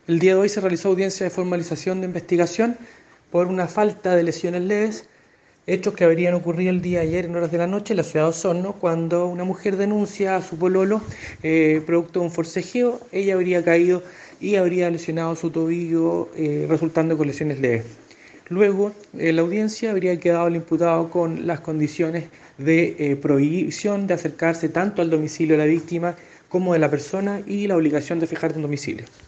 El día de hoy se realizó audiencia de formalización de investigación por una falta de lesiones leves, hechos que habrían ocurrido el día de ayer en horas de la noche en la ciudad de Osorno, cuando una mujer denuncia a su pololo producto de un forcejeo. Ella habría caído y habría lesionado su tobillo, resultando con lesiones leves. Luego, en la audiencia habría quedado el imputado con las condiciones de prohibición de acercarse tanto al domicilio de la víctima como de la persona y la obligación de fijar un domicilio.